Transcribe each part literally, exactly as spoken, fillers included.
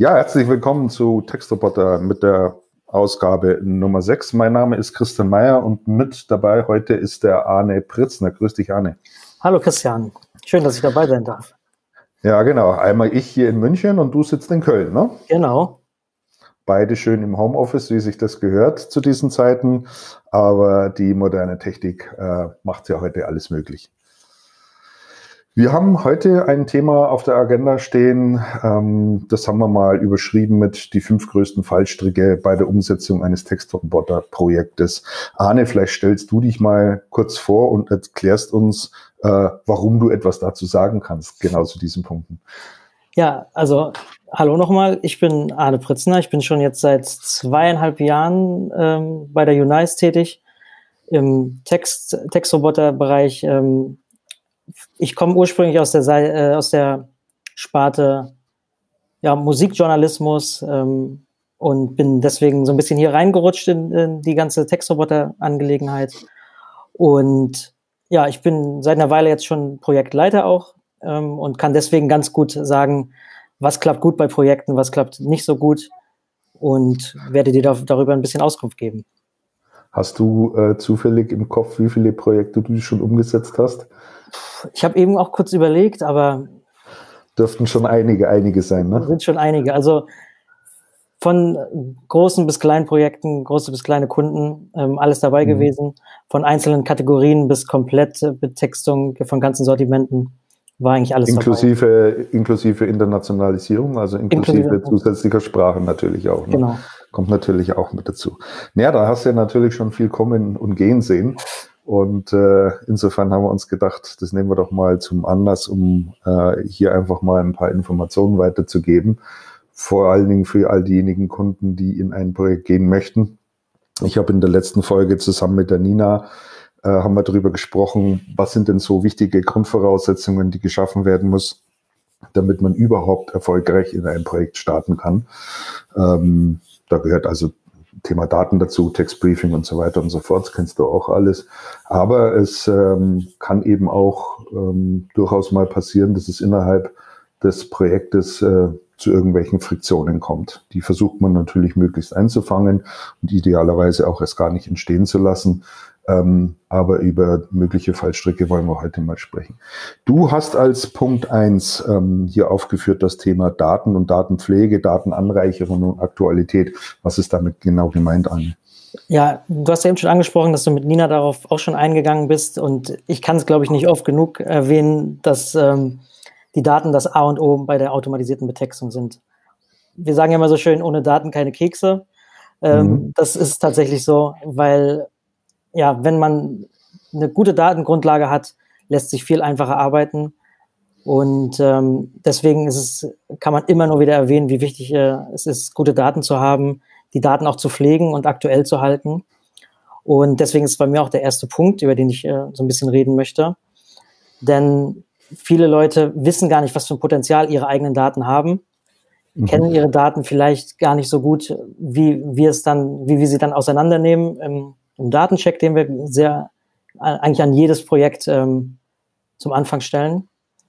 Ja, herzlich willkommen zu Textroboter mit der Ausgabe Nummer sechs. Mein Name ist Christian Meyer und mit dabei heute ist der Arne Pritzner. Grüß dich, Arne. Hallo Christian, schön, dass ich dabei sein darf. Ja, genau. Einmal ich hier in München und du sitzt in Köln, ne? Genau. Beide schön im Homeoffice, wie sich das gehört zu diesen Zeiten. Aber die moderne Technik äh, macht ja heute alles möglich. Wir haben heute ein Thema auf der Agenda stehen, ähm, das haben wir mal überschrieben mit die fünf größten Fallstricke bei der Umsetzung eines Textroboter-Projektes. Arne, vielleicht stellst du dich mal kurz vor und erklärst uns, äh, warum du etwas dazu sagen kannst, genau zu diesen Punkten. Ja, also hallo nochmal, ich bin Arne Pritzner, ich bin schon jetzt seit zweieinhalb Jahren ähm, bei der Unice tätig, im Text, Textroboter-Bereich. Ähm, Ich komme ursprünglich aus der, äh, aus der Sparte ja, Musikjournalismus ähm, und bin deswegen so ein bisschen hier reingerutscht in, in die ganze Textroboter-Angelegenheit. Und ja, ich bin seit einer Weile jetzt schon Projektleiter auch ähm, und kann deswegen ganz gut sagen, was klappt gut bei Projekten, was klappt nicht so gut und werde dir da, darüber ein bisschen Auskunft geben. Hast du äh, zufällig im Kopf, wie viele Projekte du schon umgesetzt hast? Ich habe eben auch kurz überlegt, aber dürften schon einige, einige sein, ne? Sind schon einige. Also von großen bis kleinen Projekten, große bis kleine Kunden, ähm, alles dabei mhm. gewesen. Von einzelnen Kategorien bis komplette Betextung von ganzen Sortimenten war eigentlich alles inklusive, dabei. Inklusive Internationalisierung, also inklusive, inklusive zusätzlicher Sprachen natürlich auch. Ne? Genau. Kommt natürlich auch mit dazu. Naja, da hast du ja natürlich schon viel kommen und gehen sehen. Und äh, insofern haben wir uns gedacht, das nehmen wir doch mal zum Anlass, um äh, hier einfach mal ein paar Informationen weiterzugeben. Vor allen Dingen für all diejenigen Kunden, die in ein Projekt gehen möchten. Ich habe in der letzten Folge zusammen mit der Nina äh, haben wir darüber gesprochen, was sind denn so wichtige Grundvoraussetzungen, die geschaffen werden muss, damit man überhaupt erfolgreich in ein Projekt starten kann. Ähm, da gehört also Thema Daten dazu, Textbriefing und so weiter und so fort, das kennst du auch alles. Aber es ähm, kann eben auch ähm, durchaus mal passieren, dass es innerhalb des Projektes äh, zu irgendwelchen Friktionen kommt. Die versucht man natürlich möglichst einzufangen und idealerweise auch erst gar nicht entstehen zu lassen. Ähm, aber über mögliche Fallstricke wollen wir heute mal sprechen. Du hast als Punkt eins ähm, hier aufgeführt das Thema Daten und Datenpflege, Datenanreicherung und Aktualität. Was ist damit genau gemeint, Anne? Ja, du hast ja eben schon angesprochen, dass du mit Nina darauf auch schon eingegangen bist und ich kann es, glaube ich, nicht oft genug erwähnen, dass ähm, die Daten das A und O bei der automatisierten Betextung sind. Wir sagen ja immer so schön, ohne Daten keine Kekse. Ähm, mhm. Das ist tatsächlich so, weil ja, wenn man eine gute Datengrundlage hat, lässt sich viel einfacher arbeiten. Und ähm, deswegen ist es, kann man immer nur wieder erwähnen, wie wichtig äh, es ist, gute Daten zu haben, die Daten auch zu pflegen und aktuell zu halten. Und deswegen ist bei mir auch der erste Punkt, über den ich äh, so ein bisschen reden möchte. Denn viele Leute wissen gar nicht, was für ein Potenzial ihre eigenen Daten haben, mhm. kennen ihre Daten vielleicht gar nicht so gut, wie wir es dann, wie wir sie dann auseinandernehmen im, im Datencheck, den wir sehr eigentlich an jedes Projekt ähm, zum Anfang stellen.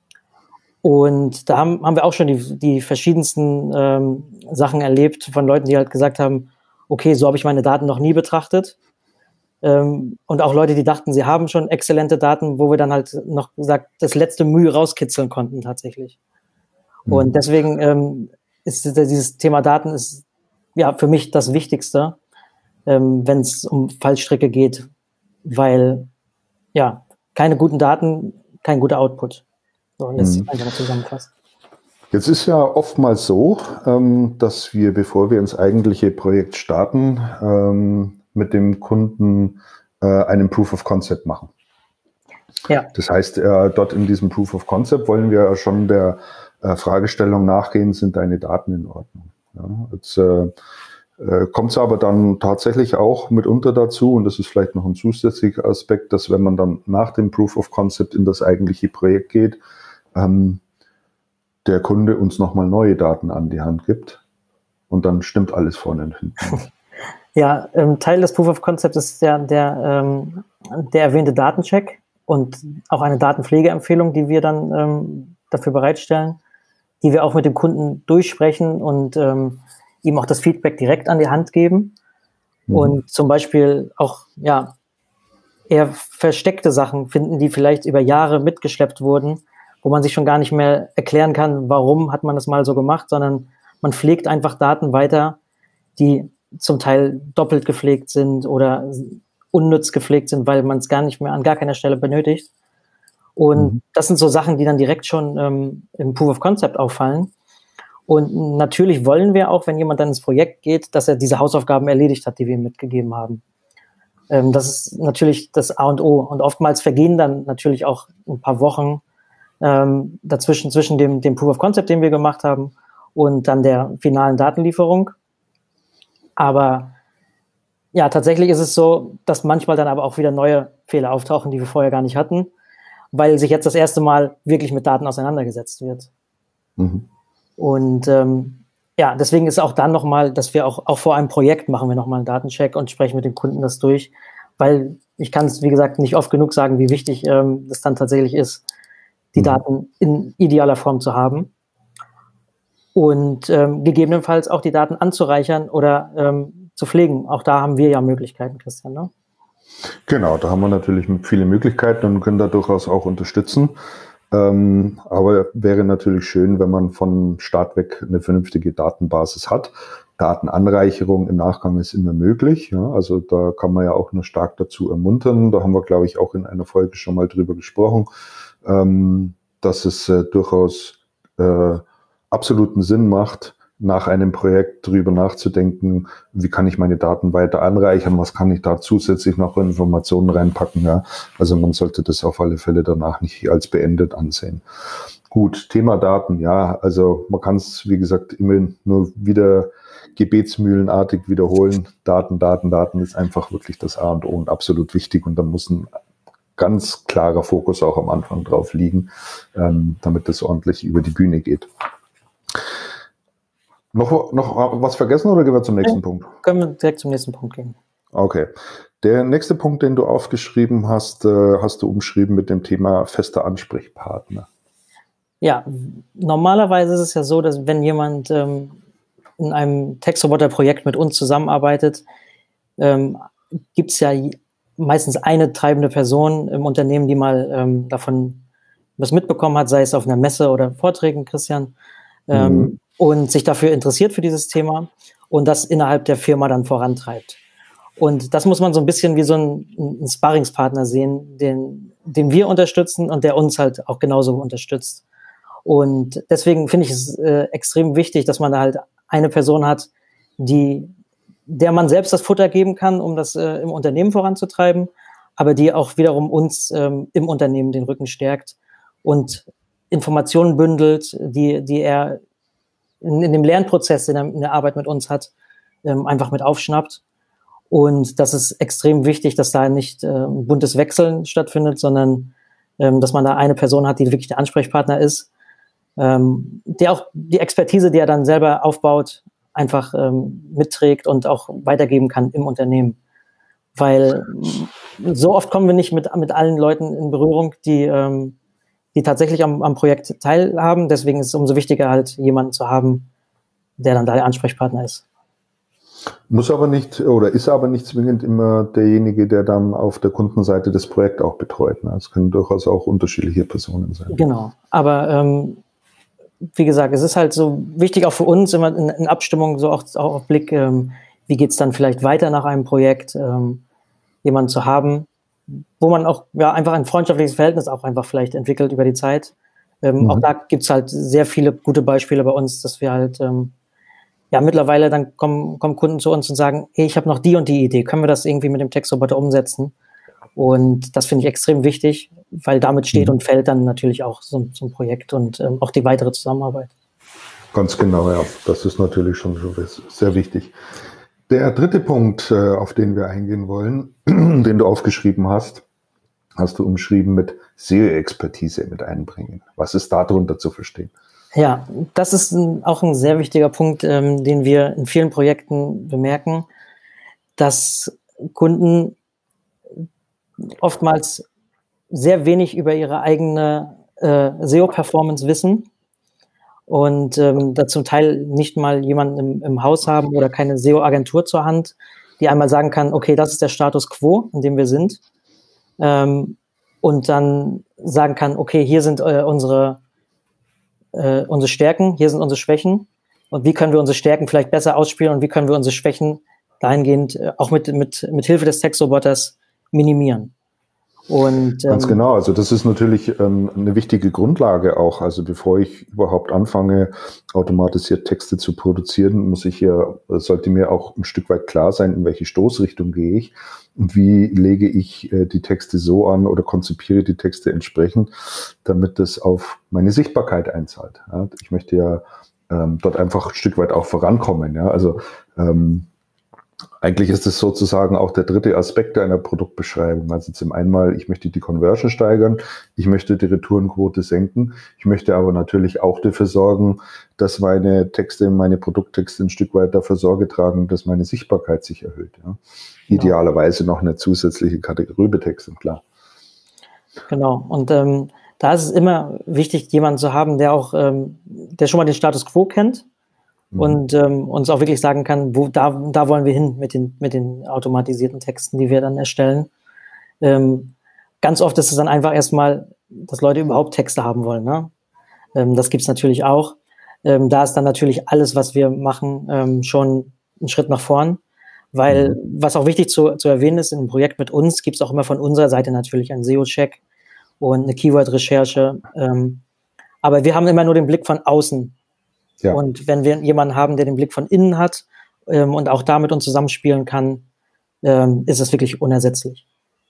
Und da haben, haben wir auch schon die, die verschiedensten ähm, Sachen erlebt von Leuten, die halt gesagt haben, okay, so habe ich meine Daten noch nie betrachtet. Ähm, und auch Leute, die dachten, sie haben schon exzellente Daten, wo wir dann halt noch gesagt, das letzte Mühe rauskitzeln konnten tatsächlich. Mhm. Und deswegen ähm, ist dieses Thema Daten ist ja für mich das Wichtigste, ähm, wenn es um Fallstricke geht, weil ja keine guten Daten, kein guter Output. So lässt sich einfach mal zusammenfassen. Jetzt ist ja oftmals so, ähm, dass wir, bevor wir ins eigentliche Projekt starten, ähm, mit dem Kunden äh, einen Proof of Concept machen. Ja. Das heißt, äh, dort in diesem Proof of Concept wollen wir schon der äh, Fragestellung nachgehen, sind deine Daten in Ordnung? Ja, jetzt äh, äh, kommt es aber dann tatsächlich auch mitunter dazu, und das ist vielleicht noch ein zusätzlicher Aspekt, dass wenn man dann nach dem Proof of Concept in das eigentliche Projekt geht, ähm, der Kunde uns nochmal neue Daten an die Hand gibt und dann stimmt alles vorne und hinten. Ja, ähm, Teil des Proof of Concept ist der, der, ähm, der erwähnte Datencheck und auch eine Datenpflegeempfehlung, die wir dann ähm, dafür bereitstellen. die wir auch mit dem Kunden durchsprechen und ähm, ihm auch das Feedback direkt an die Hand geben. Mhm. Und zum Beispiel auch, ja, eher versteckte Sachen finden, die vielleicht über Jahre mitgeschleppt wurden, wo man sich schon gar nicht mehr erklären kann, warum hat man das mal so gemacht, sondern man pflegt einfach Daten weiter, die zum Teil doppelt gepflegt sind oder unnütz gepflegt sind, weil man es gar nicht mehr an gar keiner Stelle benötigt. Und mhm. das sind so Sachen, die dann direkt schon ähm, im Proof of Concept auffallen. Und natürlich wollen wir auch, wenn jemand dann ins Projekt geht, dass er diese Hausaufgaben erledigt hat, die wir ihm mitgegeben haben. Ähm, das ist natürlich das A und O. Und oftmals vergehen dann natürlich auch ein paar Wochen ähm, dazwischen, zwischen dem, dem Proof of Concept, den wir gemacht haben, und dann der finalen Datenlieferung. Aber ja, tatsächlich ist es so, dass manchmal dann aber auch wieder neue Fehler auftauchen, die wir vorher gar nicht hatten, weil sich jetzt das erste Mal wirklich mit Daten auseinandergesetzt wird. Mhm. Und ähm, ja, deswegen ist auch dann nochmal, dass wir auch, auch vor einem Projekt machen wir nochmal einen Datencheck und sprechen mit dem Kunden das durch, weil ich kann es, wie gesagt, nicht oft genug sagen, wie wichtig ähm, das dann tatsächlich ist, die mhm. Daten in idealer Form zu haben und ähm, gegebenenfalls auch die Daten anzureichern oder ähm, zu pflegen. Auch da haben wir ja Möglichkeiten, Christian, ne? Genau, da haben wir natürlich viele Möglichkeiten und können da durchaus auch unterstützen. Ähm, aber wäre natürlich schön, wenn man von Start weg eine vernünftige Datenbasis hat. Datenanreicherung im Nachgang ist immer möglich. Ja, also da kann man ja auch nur stark dazu ermuntern. Da haben wir, glaube ich, auch in einer Folge schon mal drüber gesprochen, ähm, dass es äh, durchaus äh, absoluten Sinn macht, nach einem Projekt drüber nachzudenken, wie kann ich meine Daten weiter anreichern, was kann ich da zusätzlich noch Informationen reinpacken. Ja? Also man sollte das auf alle Fälle danach nicht als beendet ansehen. Gut, Thema Daten, ja, also man kann es, wie gesagt, immer nur wieder gebetsmühlenartig wiederholen. Daten, Daten, Daten ist einfach wirklich das A und O und absolut wichtig, und da muss ein ganz klarer Fokus auch am Anfang drauf liegen, ähm, damit das ordentlich über die Bühne geht. Noch, noch was vergessen oder gehen wir zum nächsten ja, Punkt? Können wir direkt zum nächsten Punkt gehen. Okay. Der nächste Punkt, den du aufgeschrieben hast, äh, hast du umschrieben mit dem Thema fester Ansprechpartner. Ja, normalerweise ist es ja so, dass wenn jemand ähm, in einem Textroboter-Projekt mit uns zusammenarbeitet, ähm, gibt es ja meistens eine treibende Person im Unternehmen, die mal ähm, davon was mitbekommen hat, sei es auf einer Messe oder Vorträgen, Christian, ähm, mhm. und sich dafür interessiert für dieses Thema und das innerhalb der Firma dann vorantreibt. Und das muss man so ein bisschen wie so ein, ein Sparringspartner sehen, den, den wir unterstützen und der uns halt auch genauso unterstützt. Und deswegen finde ich es äh, extrem wichtig, dass man da halt eine Person hat, die, der man selbst das Futter geben kann, um das äh, im Unternehmen voranzutreiben, aber die auch wiederum uns ähm, im Unternehmen den Rücken stärkt und Informationen bündelt, die, die er in, in dem Lernprozess, in der, in der Arbeit mit uns hat, ähm, einfach mit aufschnappt. Und das ist extrem wichtig, dass da nicht äh, ein buntes Wechseln stattfindet, sondern ähm, dass man da eine Person hat, die wirklich der Ansprechpartner ist, ähm, der auch die Expertise, die er dann selber aufbaut, einfach ähm, mitträgt und auch weitergeben kann im Unternehmen. Weil so oft kommen wir nicht mit, mit allen Leuten in Berührung, die, ähm, die tatsächlich am, am Projekt teilhaben. Deswegen ist es umso wichtiger, halt jemanden zu haben, der dann da der Ansprechpartner ist. Muss aber nicht oder ist aber nicht zwingend immer derjenige, der dann auf der Kundenseite das Projekt auch betreut. Ne? Es können durchaus auch unterschiedliche Personen sein. Genau, aber ähm, wie gesagt, es ist halt so wichtig auch für uns immer in, in Abstimmung, so auch, auch auf Blick, ähm, wie geht's dann vielleicht weiter nach einem Projekt, ähm, jemanden zu haben, wo man auch ja einfach ein freundschaftliches Verhältnis auch einfach vielleicht entwickelt über die Zeit. Ähm, mhm. Auch da gibt's halt sehr viele gute Beispiele bei uns, dass wir halt ähm, ja, mittlerweile dann kommen, kommen Kunden zu uns und sagen, hey, ich habe noch die und die Idee, können wir das irgendwie mit dem Textroboter umsetzen? Und das finde ich extrem wichtig, weil damit steht mhm. und fällt dann natürlich auch so, so ein Projekt und ähm, auch die weitere Zusammenarbeit. Ganz genau, ja. Das ist natürlich schon sehr wichtig. Der dritte Punkt, auf den wir eingehen wollen, den du aufgeschrieben hast, hast du umschrieben mit S E O-Expertise mit einbringen. Was ist darunter zu verstehen? Ja, das ist ein, auch ein sehr wichtiger Punkt, ähm, den wir in vielen Projekten bemerken, dass Kunden oftmals sehr wenig über ihre eigene äh, S E O-Performance wissen und ähm, da zum Teil nicht mal jemanden im, im Haus haben oder keine S E O-Agentur zur Hand, die einmal sagen kann, okay, das ist der Status quo, in dem wir sind, ähm, und dann sagen kann, okay, hier sind äh, unsere, äh, unsere Stärken, hier sind unsere Schwächen und wie können wir unsere Stärken vielleicht besser ausspielen und wie können wir unsere Schwächen dahingehend äh, auch mit, mit, mit Hilfe des Textroboters minimieren. Und, ähm, Ganz genau, also das ist natürlich ähm, eine wichtige Grundlage auch. Also bevor ich überhaupt anfange, automatisiert Texte zu produzieren, muss ich ja, sollte mir auch ein Stück weit klar sein, in welche Stoßrichtung gehe ich und wie lege ich äh, die Texte so an oder konzipiere die Texte entsprechend, damit das auf meine Sichtbarkeit einzahlt. Ja, ich möchte ja ähm, dort einfach ein Stück weit auch vorankommen. Ja, also ähm, eigentlich ist es sozusagen auch der dritte Aspekt einer Produktbeschreibung. Also zum einen, ich möchte die Conversion steigern, ich möchte die Retourenquote senken, ich möchte aber natürlich auch dafür sorgen, dass meine Texte, meine Produkttexte ein Stück weit dafür Sorge tragen, dass meine Sichtbarkeit sich erhöht. Ja. Genau. Idealerweise noch eine zusätzliche Kategorie betexten, klar. Genau, und ähm, da ist es immer wichtig, jemanden zu haben, der auch, ähm, der schon mal den Status quo kennt, und ähm, uns auch wirklich sagen kann, wo da, da wollen wir hin mit den, mit den automatisierten Texten, die wir dann erstellen. Ähm, ganz oft ist es dann einfach erstmal, dass Leute überhaupt Texte haben wollen. Ne? Ähm, das gibt's natürlich auch. Ähm, da ist dann natürlich alles, was wir machen, ähm, schon ein Schritt nach vorn. Weil, mhm. was auch wichtig zu, zu erwähnen ist, in einem Projekt mit uns gibt's auch immer von unserer Seite natürlich einen S E O-Check und eine Keyword-Recherche. Ähm, aber wir haben immer nur den Blick von außen. Ja. Und wenn wir jemanden haben, der den Blick von innen hat ähm, und auch da mit uns zusammenspielen kann, ähm, ist es wirklich unersetzlich.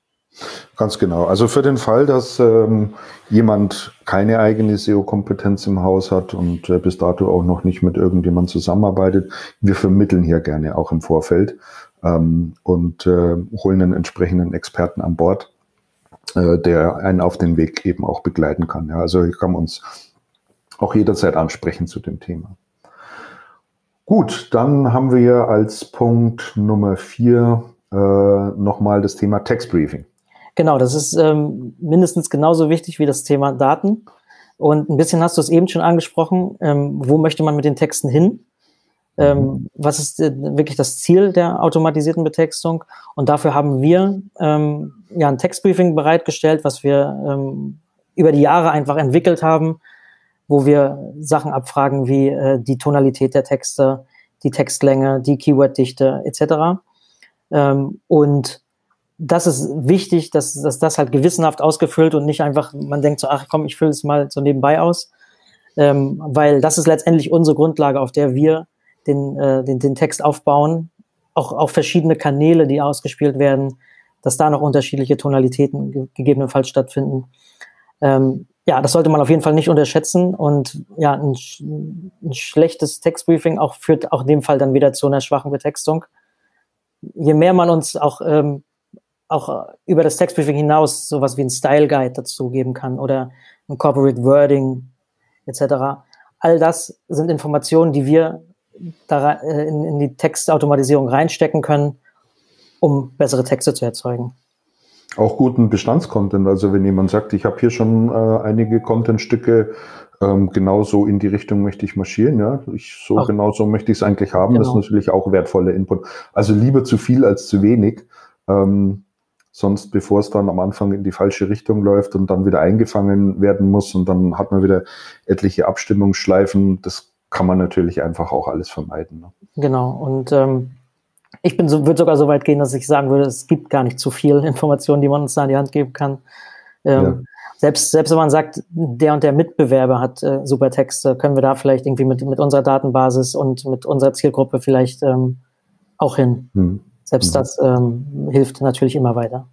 Ganz genau. Also für den Fall, dass ähm, jemand keine eigene S E O-Kompetenz im Haus hat und äh, bis dato auch noch nicht mit irgendjemandem zusammenarbeitet, wir vermitteln hier gerne auch im Vorfeld ähm, und äh, holen einen entsprechenden Experten an Bord, äh, der einen auf den Weg eben auch begleiten kann. Ja, also hier kann man uns auch jederzeit ansprechen zu dem Thema. Gut, dann haben wir als Punkt Nummer vier äh, nochmal das Thema Textbriefing. Genau, das ist ähm, mindestens genauso wichtig wie das Thema Daten. Und ein bisschen hast du es eben schon angesprochen, ähm, wo möchte man mit den Texten hin? Ähm, mhm. Was ist äh, wirklich das Ziel der automatisierten Betextung? Und dafür haben wir ähm, ja ein Textbriefing bereitgestellt, was wir ähm, über die Jahre einfach entwickelt haben, wo wir Sachen abfragen wie äh, die Tonalität der Texte, die Textlänge, die Keyworddichte et cetera. Ähm, und das ist wichtig, dass, dass das halt gewissenhaft ausgefüllt und nicht einfach, man denkt so, ach komm, ich fülle es mal so nebenbei aus, ähm, weil das ist letztendlich unsere Grundlage, auf der wir den, äh, den, den Text aufbauen, auch auf verschiedene Kanäle, die ausgespielt werden, dass da noch unterschiedliche Tonalitäten ge- gegebenenfalls stattfinden. Ähm, ja, das sollte man auf jeden Fall nicht unterschätzen und ja, ein, ein schlechtes Textbriefing auch führt auch in dem Fall dann wieder zu einer schwachen Betextung. Je mehr man uns auch ähm, auch über das Textbriefing hinaus sowas wie ein Style Guide dazu geben kann oder ein Corporate Wording et cetera. All das sind Informationen, die wir da in, in die Textautomatisierung reinstecken können, um bessere Texte zu erzeugen. Auch guten Bestandscontent, also wenn jemand sagt, ich habe hier schon äh, einige Contentstücke, ähm, genauso in die Richtung möchte ich marschieren, ja, ich, so Ach, genau so möchte ich es eigentlich haben, genau. Das ist natürlich auch wertvoller Input. Also lieber zu viel als zu wenig, ähm, sonst bevor es dann am Anfang in die falsche Richtung läuft und dann wieder eingefangen werden muss und dann hat man wieder etliche Abstimmungsschleifen, das kann man natürlich einfach auch alles vermeiden. Ne? Genau, und ähm, ich bin so, würde sogar so weit gehen, dass ich sagen würde, es gibt gar nicht zu viel Informationen, die man uns da an die Hand geben kann. Ähm, ja. Selbst, selbst wenn man sagt, der und der Mitbewerber hat äh, super Texte, können wir da vielleicht irgendwie mit, mit unserer Datenbasis und mit unserer Zielgruppe vielleicht ähm, auch hin. Hm. Selbst hm. das ähm, hilft natürlich immer weiter.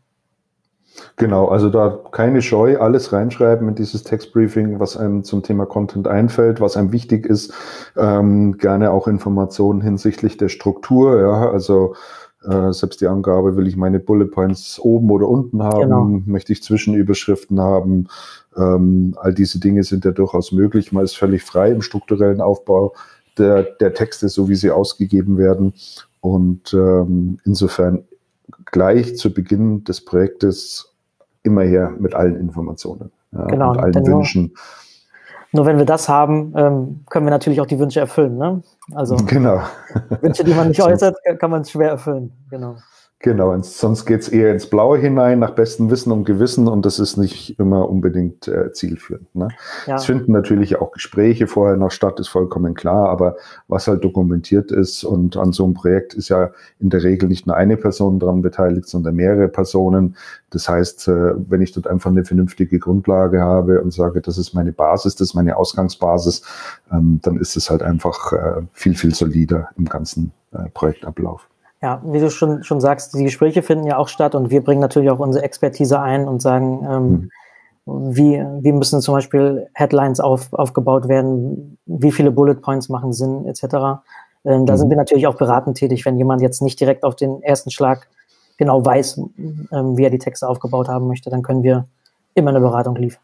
Genau, also da keine Scheu, alles reinschreiben in dieses Textbriefing, was einem zum Thema Content einfällt, was einem wichtig ist. Ähm, gerne auch Informationen hinsichtlich der Struktur, ja, also äh, selbst die Angabe, will ich meine Bullet Points oben oder unten haben, genau. Möchte ich Zwischenüberschriften haben, ähm, all diese Dinge sind ja durchaus möglich, man ist völlig frei im strukturellen Aufbau der, der Texte, so wie sie ausgegeben werden und ähm, insofern gleich zu Beginn des Projektes immer her mit allen Informationen, ja, genau, und allen Wünschen. Nur wenn wir das haben, ähm, können wir natürlich auch die Wünsche erfüllen. Ne? Also genau. Wünsche, die man nicht äußert, kann man es schwer erfüllen. Genau. Genau, und sonst geht es eher ins Blaue hinein, nach bestem Wissen und Gewissen, und das ist nicht immer unbedingt äh, zielführend. Ne? Ja. Es finden natürlich auch Gespräche vorher noch statt, ist vollkommen klar, aber was halt dokumentiert ist, und an so einem Projekt ist ja in der Regel nicht nur eine Person dran beteiligt, sondern mehrere Personen. Das heißt, äh, wenn ich dort einfach eine vernünftige Grundlage habe und sage, das ist meine Basis, das ist meine Ausgangsbasis, ähm, dann ist es halt einfach äh, viel, viel solider im ganzen äh, Projektablauf. Ja, wie du schon, schon sagst, die Gespräche finden ja auch statt, und wir bringen natürlich auch unsere Expertise ein und sagen, ähm, hm. wie, wie müssen zum Beispiel Headlines auf, aufgebaut werden, wie viele Bullet Points machen Sinn, et cetera. Ähm, da hm. sind wir natürlich auch beratend tätig, wenn jemand jetzt nicht direkt auf den ersten Schlag genau weiß, ähm, wie er die Texte aufgebaut haben möchte, dann können wir immer eine Beratung liefern.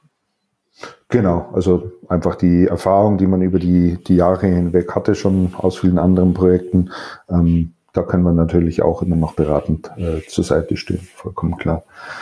Genau, also einfach die Erfahrung, die man über die, die Jahre hinweg hatte, schon aus vielen anderen Projekten, ähm, da können wir natürlich auch immer noch beratend äh, zur Seite stehen, vollkommen klar.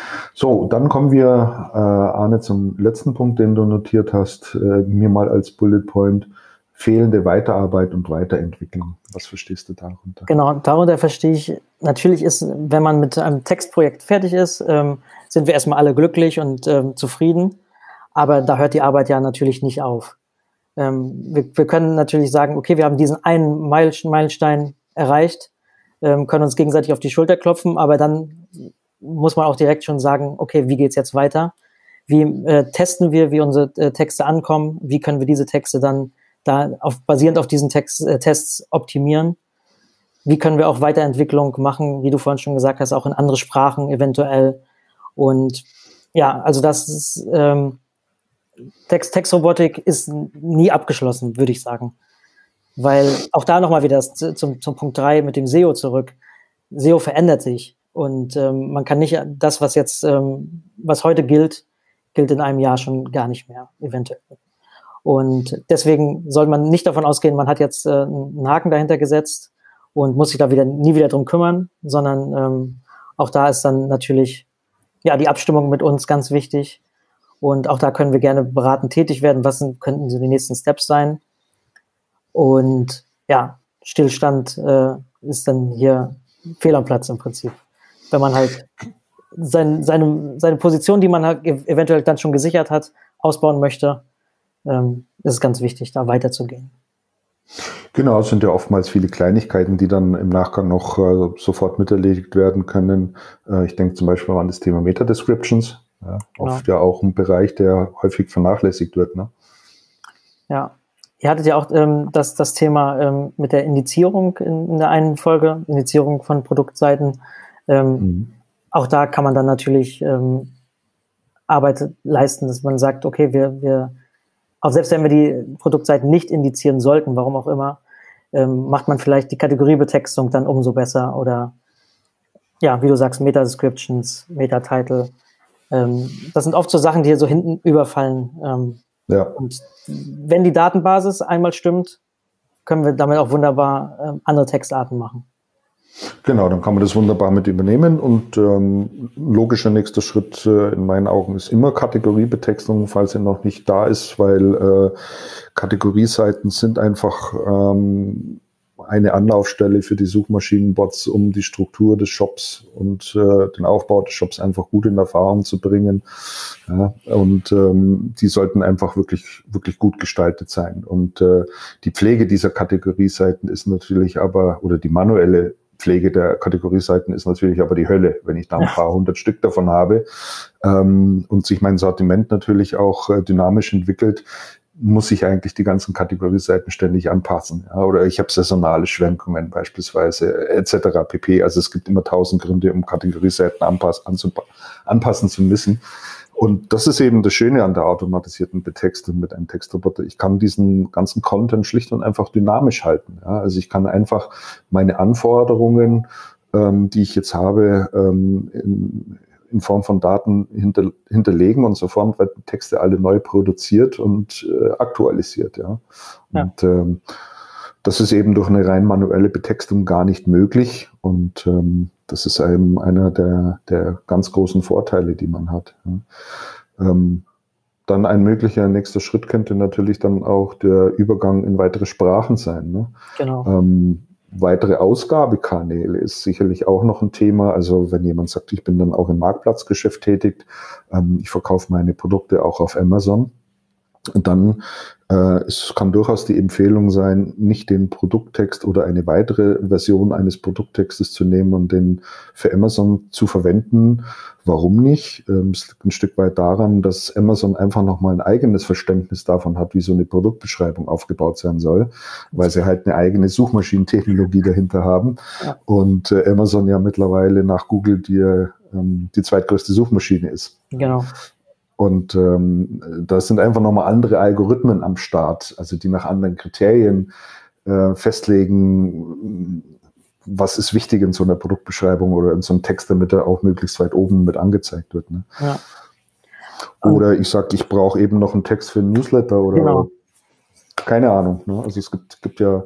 So, dann kommen wir, äh, Arne, zum letzten Punkt, den du notiert hast, äh, mir mal als Bullet Point: fehlende Weiterarbeit und Weiterentwicklung. Was verstehst du darunter? Genau, darunter verstehe ich, natürlich ist, wenn man mit einem Textprojekt fertig ist, ähm, sind wir erstmal alle glücklich und ähm, zufrieden, aber da hört die Arbeit ja natürlich nicht auf. Ähm, wir, wir können natürlich sagen, okay, wir haben diesen einen Meilenstein erreicht, ähm, können uns gegenseitig auf die Schulter klopfen, aber dann muss man auch direkt schon sagen, okay, wie geht's jetzt weiter? Wie äh, testen wir, wie unsere äh, Texte ankommen? Wie können wir diese Texte dann da auf, basierend auf diesen Text, äh, Tests optimieren? Wie können wir auch Weiterentwicklung machen, wie du vorhin schon gesagt hast, auch in andere Sprachen eventuell? Und ja, also das ist ähm, Text, Textrobotik ist nie abgeschlossen, würde ich sagen. Weil auch da nochmal wieder das, zum, zum Punkt drei mit dem S E O zurück. S E O verändert sich, und ähm, man kann nicht das, was jetzt, ähm, was heute gilt, gilt in einem Jahr schon gar nicht mehr, eventuell. Und deswegen soll man nicht davon ausgehen, man hat jetzt äh, einen Haken dahinter gesetzt und muss sich da wieder nie wieder drum kümmern, sondern ähm, auch da ist dann natürlich ja die Abstimmung mit uns ganz wichtig. Und auch da können wir gerne beratend tätig werden. Was sind, könnten so die nächsten Steps sein? Und ja, Stillstand äh, ist dann hier fehl am Platz im Prinzip. Wenn man halt sein, seine, seine Position, die man halt eventuell dann schon gesichert hat, ausbauen möchte, ähm, ist es ganz wichtig, da weiterzugehen. Genau, es sind ja oftmals viele Kleinigkeiten, die dann im Nachgang noch äh, sofort miterledigt werden können. Äh, ich denke zum Beispiel an das Thema Meta-Descriptions. Ja, genau. Oft ja auch ein Bereich, der häufig vernachlässigt wird. Ne? Ja, ihr hattet ja auch ähm, das, das Thema ähm, mit der Indizierung in, in der einen Folge, Indizierung von Produktseiten. Ähm, mhm. Auch da kann man dann natürlich ähm, Arbeit leisten, dass man sagt, okay, wir, wir auch selbst wenn wir die Produktseiten nicht indizieren sollten, warum auch immer, ähm, macht man vielleicht die Kategoriebetextung dann umso besser, oder ja, wie du sagst, Meta-Descriptions, Meta-Title. Ähm, das sind oft so Sachen, die hier so hinten überfallen. Ähm, ja. Und wenn die Datenbasis einmal stimmt, können wir damit auch wunderbar ähm, andere Textarten machen. Genau, dann kann man das wunderbar mit übernehmen, und ähm, logischer nächster Schritt äh, in meinen Augen ist immer Kategoriebetextung, falls sie noch nicht da ist, weil äh, Kategorieseiten sind einfach ähm, eine Anlaufstelle für die Suchmaschinenbots, um die Struktur des Shops und äh, den Aufbau des Shops einfach gut in Erfahrung zu bringen. Ja, und ähm, die sollten einfach wirklich wirklich gut gestaltet sein. Und äh, die Pflege dieser Kategorieseiten ist natürlich aber, oder die manuelle Pflege der Kategorieseiten ist natürlich aber die Hölle, wenn ich da ein paar hundert Stück davon habe ähm, und sich mein Sortiment natürlich auch äh, dynamisch entwickelt, muss ich eigentlich die ganzen Kategorieseiten ständig anpassen. Ja? Oder ich habe saisonale Schwankungen beispielsweise et cetera pp. Also es gibt immer tausend Gründe, um Kategorieseiten anpass, anpassen zu müssen. Und das ist eben das Schöne an der automatisierten Betextung mit einem Textroboter. Ich kann diesen ganzen Content schlicht und einfach dynamisch halten. Ja? Also ich kann einfach meine Anforderungen, ähm, die ich jetzt habe, ähm, in, in Form von Daten hinter, hinterlegen, und sofort werden Texte alle neu produziert und äh, aktualisiert. Ja? Ja. Und ähm, das ist eben durch eine rein manuelle Betextung gar nicht möglich, und ähm, das ist eben einer der, der ganz großen Vorteile, die man hat. Ja? Ähm, dann ein möglicher nächster Schritt könnte natürlich dann auch der Übergang in weitere Sprachen sein. Ne? Genau. Ähm, weitere Ausgabekanäle ist sicherlich auch noch ein Thema. Also wenn jemand sagt, ich bin dann auch im Marktplatzgeschäft tätig, ähm, ich verkaufe meine Produkte auch auf Amazon, dann äh, es kann durchaus die Empfehlung sein, nicht den Produkttext oder eine weitere Version eines Produkttextes zu nehmen und den für Amazon zu verwenden. Warum nicht? Ähm, es liegt ein Stück weit daran, dass Amazon einfach nochmal ein eigenes Verständnis davon hat, wie so eine Produktbeschreibung aufgebaut sein soll, weil sie halt eine eigene Suchmaschinentechnologie dahinter haben. Ja. Und äh, Amazon ja mittlerweile nach Google die, ähm, die zweitgrößte Suchmaschine ist. Genau. Und ähm, da sind einfach nochmal andere Algorithmen am Start, also die nach anderen Kriterien äh, festlegen, was ist wichtig in so einer Produktbeschreibung oder in so einem Text, damit er auch möglichst weit oben mit angezeigt wird. Ne? Ja. Oder ich sage, ich brauche eben noch einen Text für ein Newsletter oder Genau. keine Ahnung. Ne? Also es gibt, gibt ja,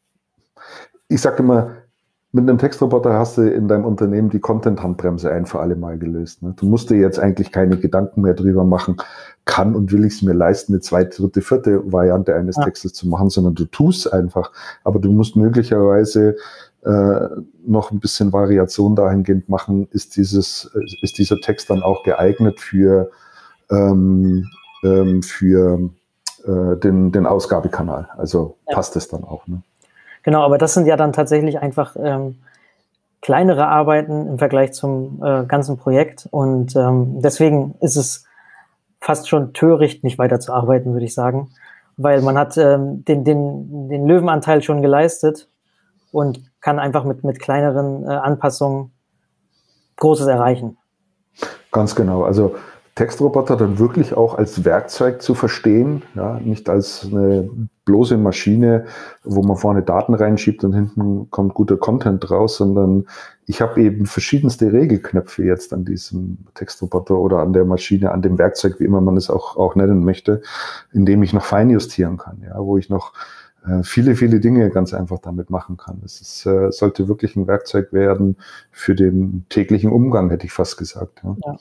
ich sage immer, mit einem Textroboter hast du in deinem Unternehmen die Content-Handbremse ein für alle Mal gelöst. Ne? Du musst dir jetzt eigentlich keine Gedanken mehr drüber machen, kann und will ich es mir leisten, eine zweite, dritte, vierte Variante eines Ja. Textes zu machen, sondern du tust einfach. Aber du musst möglicherweise äh, noch ein bisschen Variation dahingehend machen, ist, dieses, ist dieser Text dann auch geeignet für, ähm, ähm, für äh, den, den Ausgabekanal. Also Ja. passt es dann auch. Ne? Genau, aber das sind ja dann tatsächlich einfach ähm, kleinere Arbeiten im Vergleich zum äh, ganzen Projekt. Und ähm, deswegen ist es fast schon töricht, nicht weiterzuarbeiten, würde ich sagen. Weil man hat ähm, den, den, den Löwenanteil schon geleistet und kann einfach mit, mit kleineren äh, Anpassungen Großes erreichen. Ganz genau. Also Textroboter dann wirklich auch als Werkzeug zu verstehen, ja, nicht als eine bloße Maschine, wo man vorne Daten reinschiebt und hinten kommt guter Content raus, sondern ich habe eben verschiedenste Regelknöpfe jetzt an diesem Textroboter oder an der Maschine, an dem Werkzeug, wie immer man es auch, auch nennen möchte, in dem ich noch feinjustieren kann, ja, wo ich noch äh, viele, viele Dinge ganz einfach damit machen kann. Es ist, äh, sollte wirklich ein Werkzeug werden für den täglichen Umgang, hätte ich fast gesagt. Ja. Ja.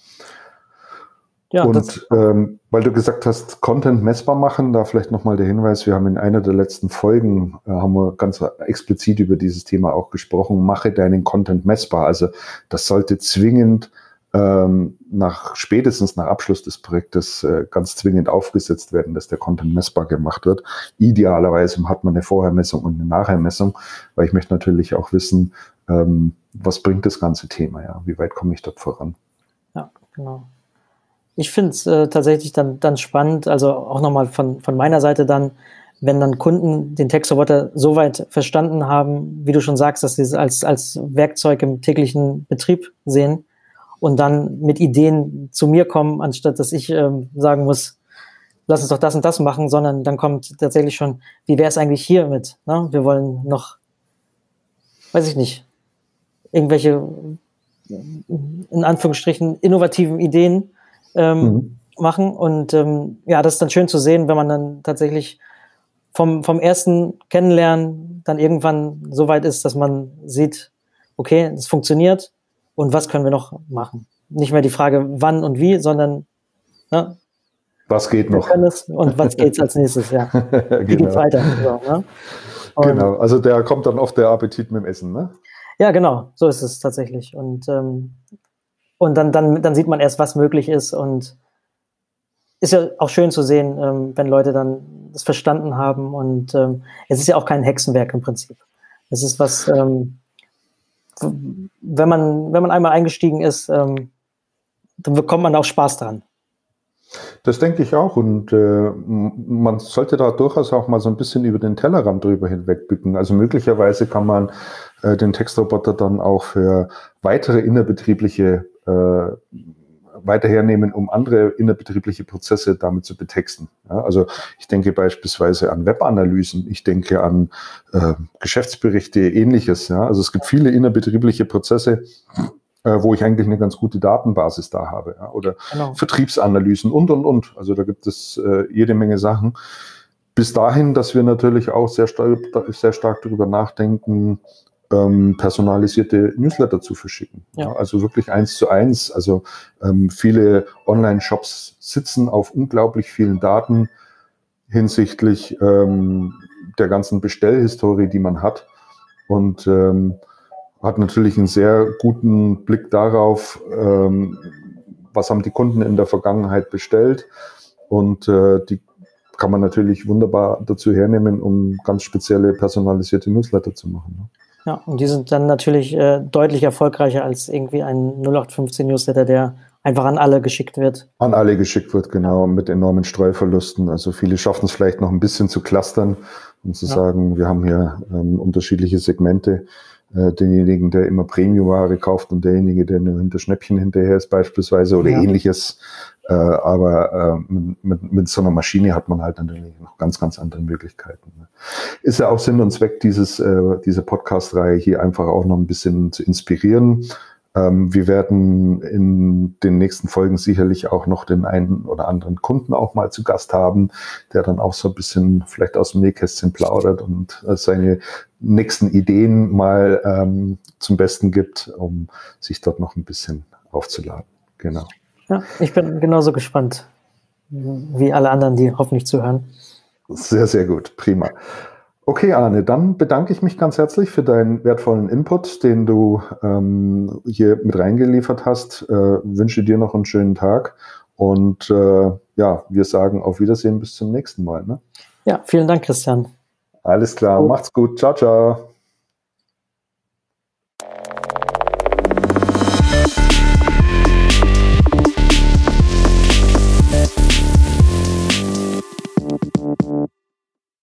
Ja, und ähm, weil du gesagt hast, Content messbar machen, da vielleicht nochmal der Hinweis, wir haben in einer der letzten Folgen, äh, haben wir ganz explizit über dieses Thema auch gesprochen, mache deinen Content messbar. Also das sollte zwingend ähm, nach spätestens nach Abschluss des Projektes äh, ganz zwingend aufgesetzt werden, dass der Content messbar gemacht wird. Idealerweise hat man eine Vorhermessung und eine Nachhermessung, weil ich möchte natürlich auch wissen, ähm, was bringt das ganze Thema, ja, wie weit komme ich dort voran. Ja, genau. Ich finde es äh, tatsächlich dann, dann spannend, also auch nochmal von, von meiner Seite dann, wenn dann Kunden den Textroboter so weit verstanden haben, wie du schon sagst, dass sie es als, als Werkzeug im täglichen Betrieb sehen und dann mit Ideen zu mir kommen, anstatt dass ich ähm, sagen muss, lass uns doch das und das machen, sondern dann kommt tatsächlich schon, wie wäre es eigentlich hiermit? Ne? Wir wollen noch, weiß ich nicht, irgendwelche, in Anführungsstrichen, innovativen Ideen Ähm, mhm. machen und ähm, ja, das ist dann schön zu sehen, wenn man dann tatsächlich vom, vom ersten Kennenlernen dann irgendwann so weit ist, dass man sieht, okay, das funktioniert und was können wir noch machen? Nicht mehr die Frage, wann und wie, sondern ne, was geht noch? Wir können es und was geht's als nächstes, ja. Wie genau. geht's weiter? So, ne? Genau, also der kommt dann oft der Appetit mit dem Essen, ne? Ja, genau, so ist es tatsächlich und ähm, Und dann, dann, dann sieht man erst, was möglich ist. Und ist ja auch schön zu sehen, ähm, wenn Leute dann das verstanden haben. Und ähm, es ist ja auch kein Hexenwerk im Prinzip. Es ist was, ähm, wenn man, wenn man einmal eingestiegen ist, ähm, dann bekommt man auch Spaß dran. Das denke ich auch. Und äh, man sollte da durchaus auch mal so ein bisschen über den Tellerrand drüber hinwegblicken. Also möglicherweise kann man äh, den Textroboter dann auch für weitere innerbetriebliche äh, weiter hernehmen, um andere innerbetriebliche Prozesse damit zu betexten. Ja, also ich denke beispielsweise an Webanalysen, ich denke an äh, Geschäftsberichte, ähnliches. Ja. Also es gibt viele innerbetriebliche Prozesse, äh, wo ich eigentlich eine ganz gute Datenbasis da habe. Ja. Oder genau. Vertriebsanalysen und, und, und. Also da gibt es äh, jede Menge Sachen. Bis dahin, dass wir natürlich auch sehr stark, sehr stark darüber nachdenken, ähm, personalisierte Newsletter zu verschicken. Ja. Ja, also wirklich eins zu eins. Also ähm, viele Online-Shops sitzen auf unglaublich vielen Daten hinsichtlich ähm, der ganzen Bestellhistorie, die man hat, und ähm, hat natürlich einen sehr guten Blick darauf, ähm, was haben die Kunden in der Vergangenheit bestellt, und äh, die kann man natürlich wunderbar dazu hernehmen, um ganz spezielle personalisierte Newsletter zu machen. Ne? Ja, und die sind dann natürlich äh, deutlich erfolgreicher als irgendwie ein null acht fünfzehn Newsletter, der einfach an alle geschickt wird. An alle geschickt wird, genau, mit enormen Streuverlusten. Also viele schaffen es vielleicht noch ein bisschen zu clustern und zu ja. sagen, wir haben hier ähm, unterschiedliche Segmente. Äh, denjenigen, der immer Premium-Ware kauft, und derjenige, der nur hinter Schnäppchen hinterher ist beispielsweise oder ja. ähnliches. Äh, aber äh, mit, mit so einer Maschine hat man halt natürlich noch ganz, ganz andere Möglichkeiten. Ne? Ist ja auch Sinn und Zweck dieses, äh, dieser Podcast-Reihe, hier einfach auch noch ein bisschen zu inspirieren. Ähm, wir werden in den nächsten Folgen sicherlich auch noch den einen oder anderen Kunden auch mal zu Gast haben, der dann auch so ein bisschen vielleicht aus dem Nähkästchen plaudert und äh, seine nächsten Ideen mal ähm, zum Besten gibt, um sich dort noch ein bisschen aufzuladen. Genau. Ja, ich bin genauso gespannt wie alle anderen, die hoffentlich zuhören. Sehr, sehr gut. Prima. Okay, Arne, dann bedanke ich mich ganz herzlich für deinen wertvollen Input, den du ähm, hier mit reingeliefert hast. Äh, wünsche dir noch einen schönen Tag, und äh, ja, wir sagen auf Wiedersehen, bis zum nächsten Mal. Ne? Ja, vielen Dank, Christian. Alles klar, gut. Macht's gut. Ciao, ciao.